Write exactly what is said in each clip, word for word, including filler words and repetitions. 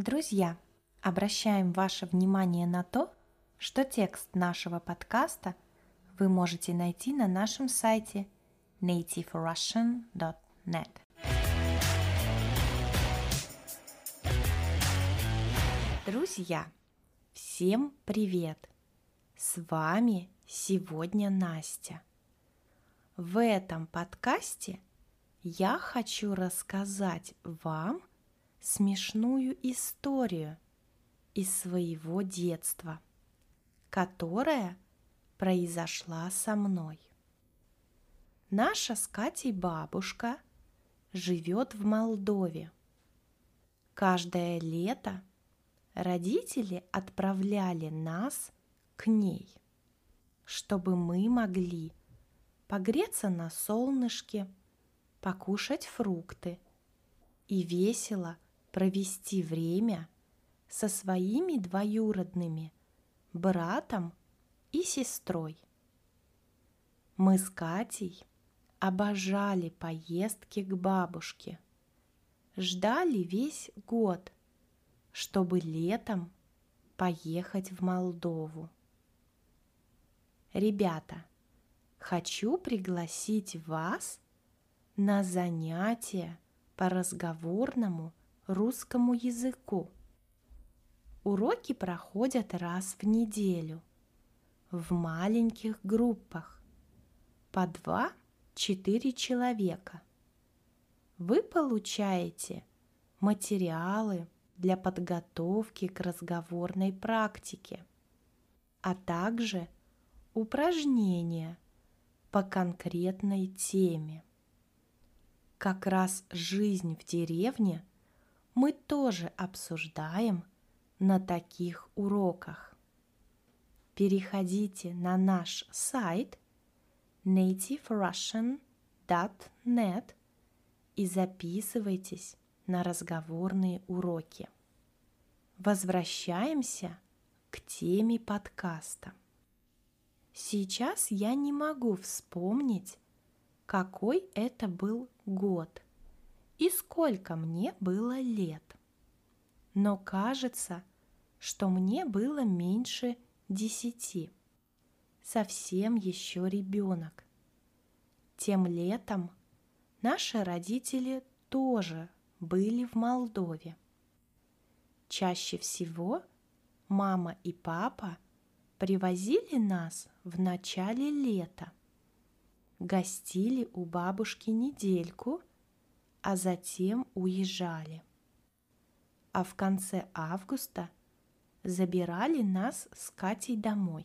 Друзья, обращаем ваше внимание на то, что текст нашего подкаста вы можете найти на нашем сайте нейтив рассиан точка нет. Друзья, всем привет! С вами сегодня Настя. В этом подкасте я хочу рассказать вам смешную историю из своего детства, которая произошла со мной. Наша с Катей бабушка живет в Молдове. Каждое лето родители отправляли нас к ней, чтобы мы могли погреться на солнышке, покушать фрукты и весело провести время со своими двоюродными братом и сестрой. Мы с Катей обожали поездки к бабушке, ждали весь год, чтобы летом поехать в Молдову. Ребята, хочу пригласить вас на занятия по разговорному русскому языку. Уроки проходят раз в неделю в маленьких группах по два-четыре человека. Вы получаете материалы для подготовки к разговорной практике, а также упражнения по конкретной теме. Как раз жизнь в деревне мы тоже обсуждаем на таких уроках. Переходите на наш сайт нейтив рассиан точка нет и записывайтесь на разговорные уроки. Возвращаемся к теме подкаста. Сейчас я не могу вспомнить, какой это был год и сколько мне было лет. Но кажется, что мне было меньше десяти. Совсем еще ребенок. Тем летом наши родители тоже были в Молдове. Чаще всего мама и папа привозили нас в начале лета, гостили у бабушки недельку, а затем уезжали. А в конце августа забирали нас с Катей домой.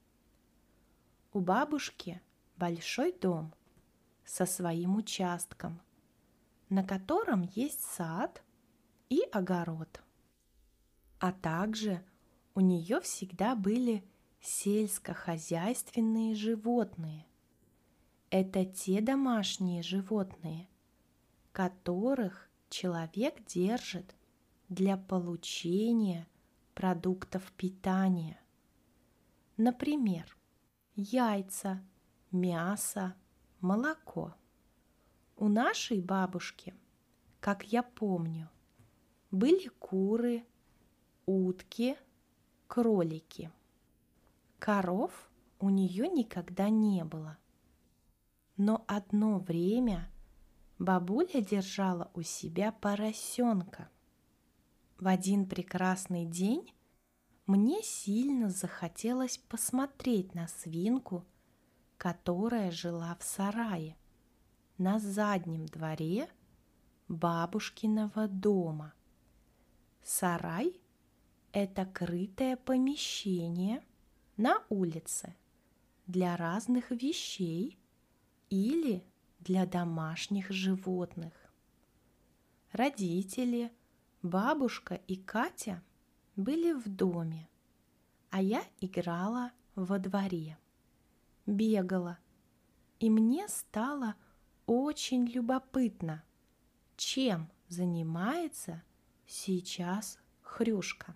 У бабушки большой дом со своим участком, на котором есть сад и огород. А также у нее всегда были сельскохозяйственные животные. Это те домашние животные, которых человек держит для получения продуктов питания. Например, яйца, мясо, молоко. У нашей бабушки, как я помню, были куры, утки, кролики. Коров у нее никогда не было. Но одно время бабуля держала у себя поросенка. В один прекрасный день мне сильно захотелось посмотреть на свинку, которая жила в сарае на заднем дворе бабушкиного дома. Сарай – это крытое помещение на улице для разных вещей или для домашних животных. Родители, бабушка и Катя были в доме, а я играла во дворе, бегала, и мне стало очень любопытно, чем занимается сейчас Хрюшка.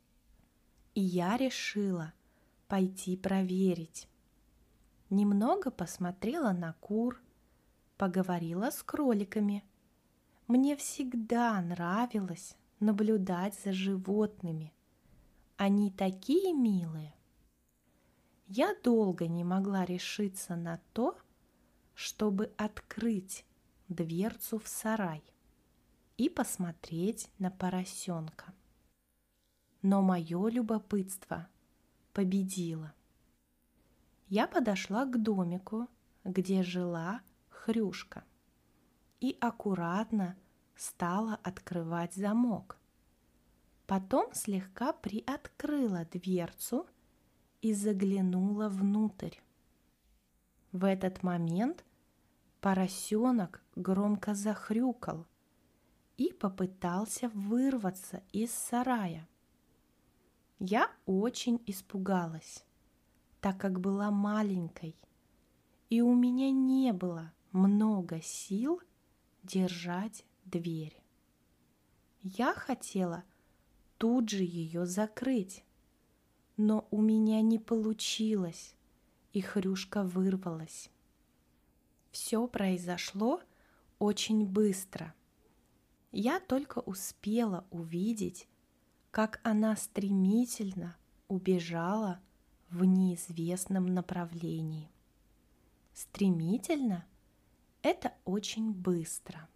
И я решила пойти проверить. Немного посмотрела на кур, поговорила с кроликами. Мне всегда нравилось наблюдать за животными. Они такие милые. Я долго не могла решиться на то, чтобы открыть дверцу в сарай и посмотреть на поросенка. Но мое любопытство победило. Я подошла к домику, где жила Хрюшка, и аккуратно стала открывать замок. Потом слегка приоткрыла дверцу и заглянула внутрь. В этот момент поросенок громко захрюкал и попытался вырваться из сарая. Я очень испугалась, так как была маленькой, и у меня не было много сил держать дверь. Я хотела тут же ее закрыть, но у меня не получилось, и Хрюшка вырвалась. Все произошло очень быстро. Я только успела увидеть, как она стремительно убежала в неизвестном направлении. Стремительно – это очень быстро.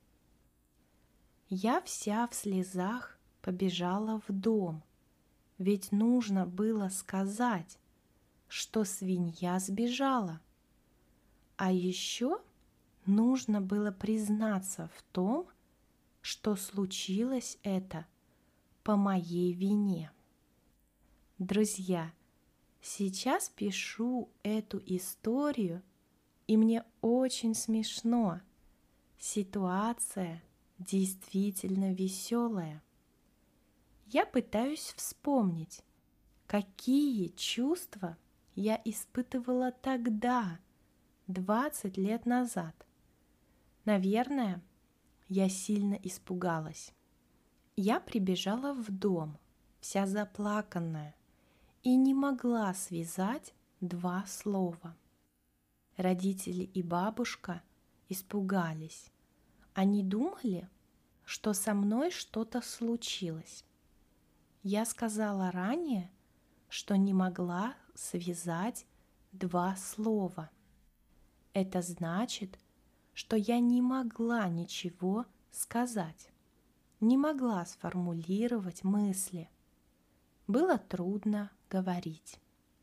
Я вся в слезах побежала в дом, ведь нужно было сказать, что свинья сбежала. А еще нужно было признаться в том, что случилось это по моей вине. Друзья, сейчас пишу эту историю, и мне очень смешно. Ситуация действительно веселая. Я пытаюсь вспомнить, какие чувства я испытывала тогда, двадцать лет назад. Наверное, я сильно испугалась. Я прибежала в дом, вся заплаканная, и не могла связать два слова. Родители и бабушка испугались. Они думали, что со мной что-то случилось. Я сказала ранее, что не могла связать два слова. Это значит, что я не могла ничего сказать, не могла сформулировать мысли. Было трудно говорить.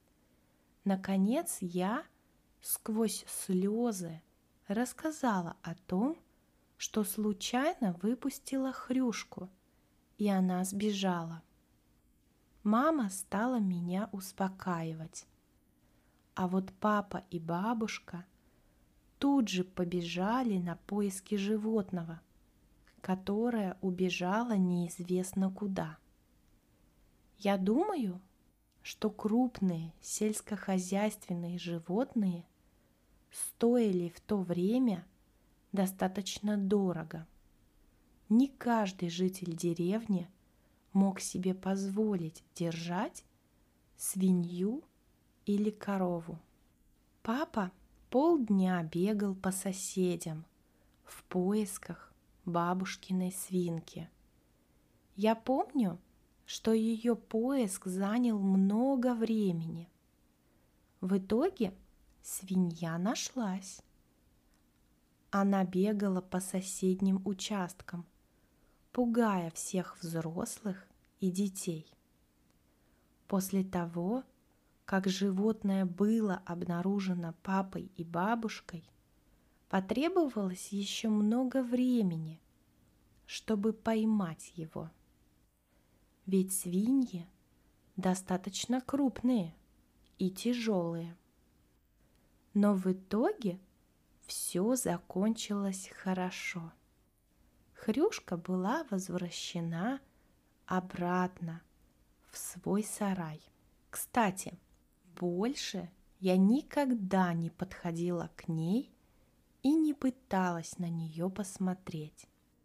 Наконец я сквозь слезы рассказала о том, что случайно выпустила Хрюшку, и она сбежала. Мама стала меня успокаивать, а вот папа и бабушка тут же побежали на поиски животного, которое убежало неизвестно куда. Я думаю, что крупные сельскохозяйственные животные стоили в то время достаточно дорого. Не каждый житель деревни мог себе позволить держать свинью или корову. Папа полдня бегал по соседям в поисках бабушкиной свинки. Я помню, что ее поиск занял много времени. В итоге свинья нашлась. Она бегала по соседним участкам, пугая всех взрослых и детей. После того, как животное было обнаружено папой и бабушкой, потребовалось еще много времени, чтобы поймать его. Ведь свиньи достаточно крупные и тяжелые. Но в итоге все закончилось хорошо. Хрюшка была возвращена обратно в свой сарай. Кстати, больше я никогда не подходила к ней и не пыталась на нее посмотреть.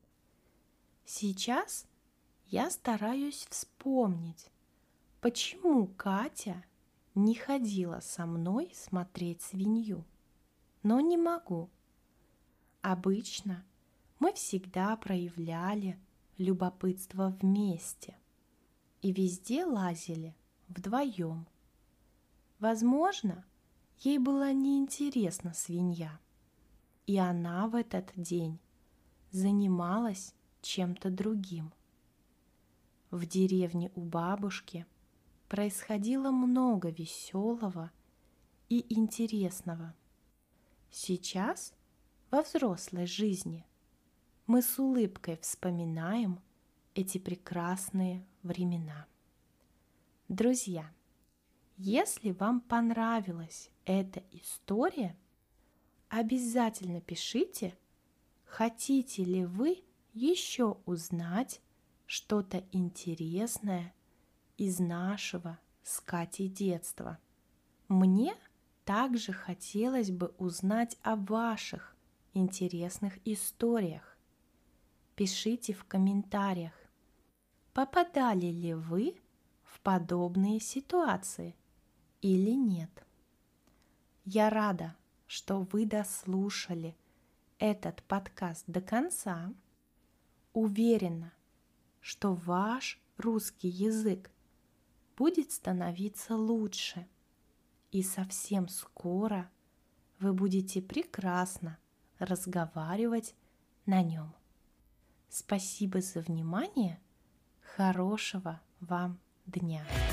Сейчас я стараюсь вспомнить, почему Катя не ходила со мной смотреть свинью, но не могу. Обычно мы всегда проявляли любопытство вместе и везде лазили вдвоем. Возможно, ей была неинтересна свинья, и она в этот день занималась чем-то другим. В деревне у бабушки происходило много веселого и интересного. Сейчас, во взрослой жизни, мы с улыбкой вспоминаем эти прекрасные времена. Друзья, если вам понравилась эта история, обязательно пишите, хотите ли вы еще узнать что-то интересное из нашего с Катей детства. Мне также хотелось бы узнать о ваших интересных историях. Пишите в комментариях, попадали ли вы в подобные ситуации или нет. Я рада, что вы дослушали этот подкаст до конца. Уверена, что ваш русский язык будет становиться лучше, и совсем скоро вы будете прекрасно разговаривать на нем. Спасибо за внимание. Хорошего вам дня!